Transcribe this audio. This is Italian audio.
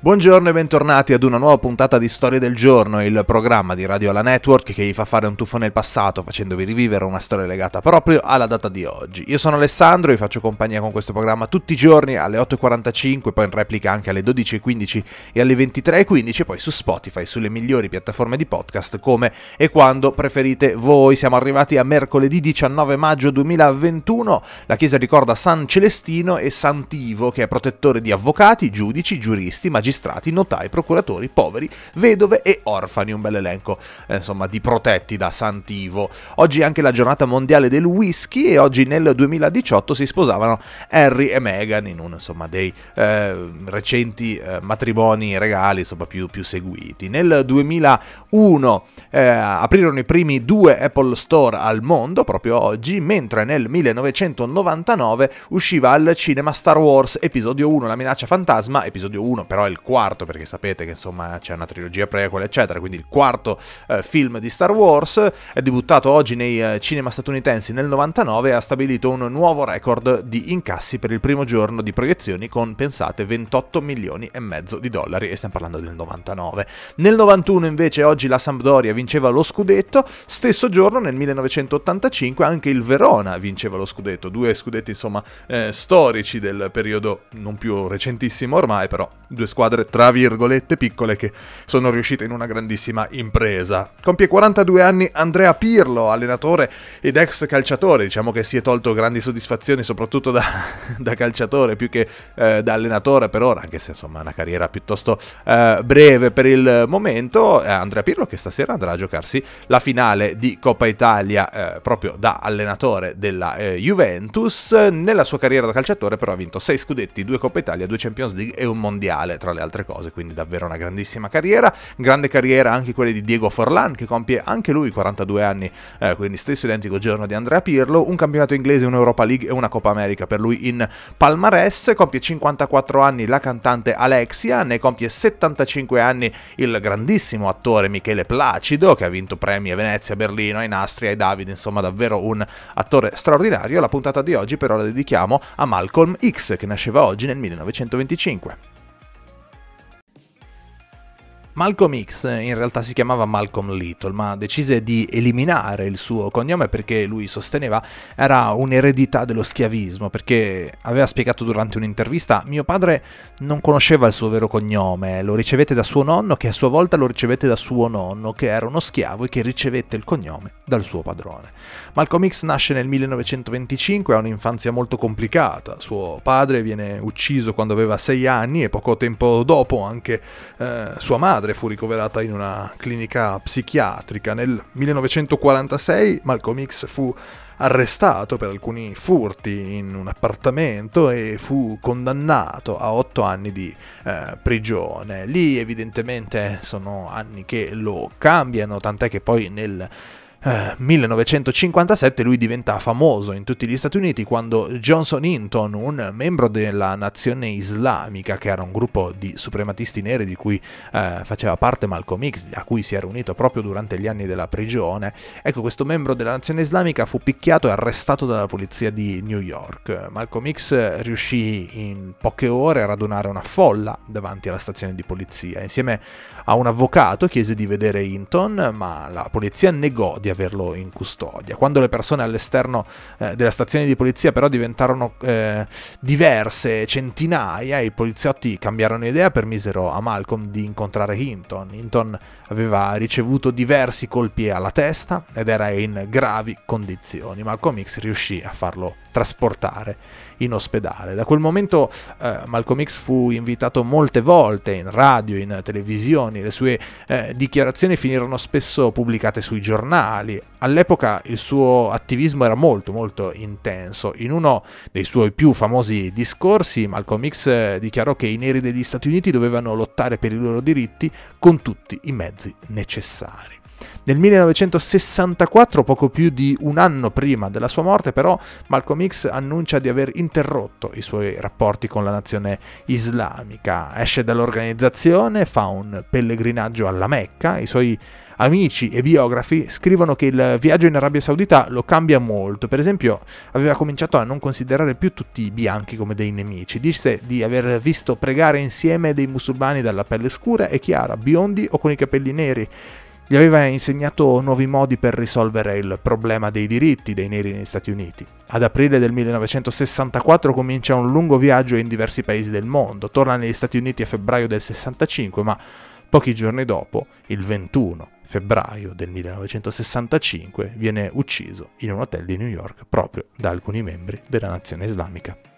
Buongiorno e bentornati ad una nuova puntata di Storie del Giorno, il programma di Radio Alla Network che vi fa fare un tuffo nel passato facendovi rivivere una storia legata proprio alla data di oggi. Io sono Alessandro e vi faccio compagnia con questo programma tutti i giorni alle 8.45, poi in replica anche alle 12.15 e alle 23.15 e poi su Spotify, sulle migliori piattaforme di podcast come e quando preferite voi. Siamo arrivati a mercoledì 19 maggio 2021, la chiesa ricorda San Celestino e Sant'Ivo che è protettore di avvocati, giudici, giuristi, magistrati, notai, procuratori, poveri, vedove e orfani, un bel elenco di protetti da Sant'Ivo. Oggi è anche la giornata mondiale del whisky e oggi nel 2018 si sposavano Harry e Meghan in uno dei recenti matrimoni regali più seguiti. Nel 2001 aprirono i primi 2 Apple Store al mondo proprio oggi, mentre nel 1999 usciva al cinema Star Wars Episodio 1, La minaccia fantasma, Episodio 1 però è il quarto, perché sapete che c'è una trilogia prequel eccetera, quindi il quarto film di Star Wars. È debuttato oggi nei cinema statunitensi nel 99 e ha stabilito un nuovo record di incassi per il primo giorno di proiezioni con, pensate, 28 milioni e mezzo di dollari, e stiamo parlando del 99. Nel 91 invece oggi la Sampdoria vinceva lo scudetto, stesso giorno nel 1985 anche il Verona vinceva lo scudetto, 2 scudetti storici del periodo non più recentissimo ormai, però 2 squadre tra virgolette piccole che sono riuscite in una grandissima impresa. Compie 42 anni Andrea Pirlo, allenatore ed ex calciatore, diciamo che si è tolto grandi soddisfazioni soprattutto da calciatore più che da allenatore per ora, anche se è una carriera piuttosto breve per il momento. Andrea Pirlo che stasera andrà a giocarsi la finale di Coppa Italia proprio da allenatore della Juventus. Nella sua carriera da calciatore però ha vinto 6 scudetti, 2 Coppa Italia, 2 Champions League e un mondiale tra le altre cose, quindi davvero una grandissima carriera. Grande carriera anche quella di Diego Forlán che compie anche lui 42 anni, quindi stesso identico giorno di Andrea Pirlo. Un campionato inglese, un'Europa League e una Coppa America per lui in palmarès. Compie 54 anni la cantante Alexia, ne compie 75 anni il grandissimo attore Michele Placido che ha vinto premi a Venezia, Berlino, ai Nastri, ai David, davvero un attore straordinario. La puntata di oggi però la dedichiamo a Malcolm X che nasceva oggi nel 1925. Malcolm X in realtà si chiamava Malcolm Little, ma decise di eliminare il suo cognome perché lui sosteneva era un'eredità dello schiavismo, perché aveva spiegato durante un'intervista: mio padre non conosceva il suo vero cognome, lo ricevette da suo nonno che a sua volta lo ricevette da suo nonno che era uno schiavo e che ricevette il cognome dal suo padrone. Malcolm X nasce nel 1925, ha un'infanzia molto complicata, suo padre viene ucciso quando aveva 6 anni e poco tempo dopo anche sua madre fu ricoverata in una clinica psichiatrica. Nel 1946 Malcolm X fu arrestato per alcuni furti in un appartamento e fu condannato a 8 anni di prigione. Lì evidentemente sono anni che lo cambiano, tant'è che poi nel 1957 lui diventa famoso in tutti gli Stati Uniti quando Johnson Hinton, un membro della Nazione Islamica, che era un gruppo di suprematisti neri di cui faceva parte Malcolm X, a cui si era unito proprio durante gli anni della prigione, ecco, questo membro della Nazione Islamica fu picchiato e arrestato dalla polizia di New York. Malcolm X riuscì in poche ore a radunare una folla davanti alla stazione di polizia. Insieme a un avvocato chiese di vedere Hinton, ma la polizia negò di averlo in custodia. Quando le persone all'esterno della stazione di polizia però diventarono diverse, centinaia, i poliziotti cambiarono idea, permisero a Malcolm di incontrare Hinton. Hinton aveva ricevuto diversi colpi alla testa ed era in gravi condizioni. Malcolm X riuscì a farlo trasportare in ospedale. Da quel momento Malcolm X fu invitato molte volte in radio, in televisioni, le sue dichiarazioni finirono spesso pubblicate sui giornali. All'epoca il suo attivismo era molto molto intenso. In uno dei suoi più famosi discorsi Malcolm X dichiarò che i neri degli Stati Uniti dovevano lottare per i loro diritti con tutti i mezzi necessari. Nel 1964, poco più di un anno prima della sua morte, però, Malcolm X annuncia di aver interrotto i suoi rapporti con la nazione islamica. Esce dall'organizzazione, fa un pellegrinaggio alla Mecca, i suoi amici e biografi scrivono che il viaggio in Arabia Saudita lo cambia molto. Per esempio, aveva cominciato a non considerare più tutti i bianchi come dei nemici. Disse di aver visto pregare insieme dei musulmani dalla pelle scura e chiara, biondi o con i capelli neri. Gli aveva insegnato nuovi modi per risolvere il problema dei diritti dei neri negli Stati Uniti. Ad aprile del 1964 comincia un lungo viaggio in diversi paesi del mondo. Torna negli Stati Uniti a febbraio del 65, ma pochi giorni dopo, il 21 febbraio del 1965, viene ucciso in un hotel di New York proprio da alcuni membri della nazione islamica.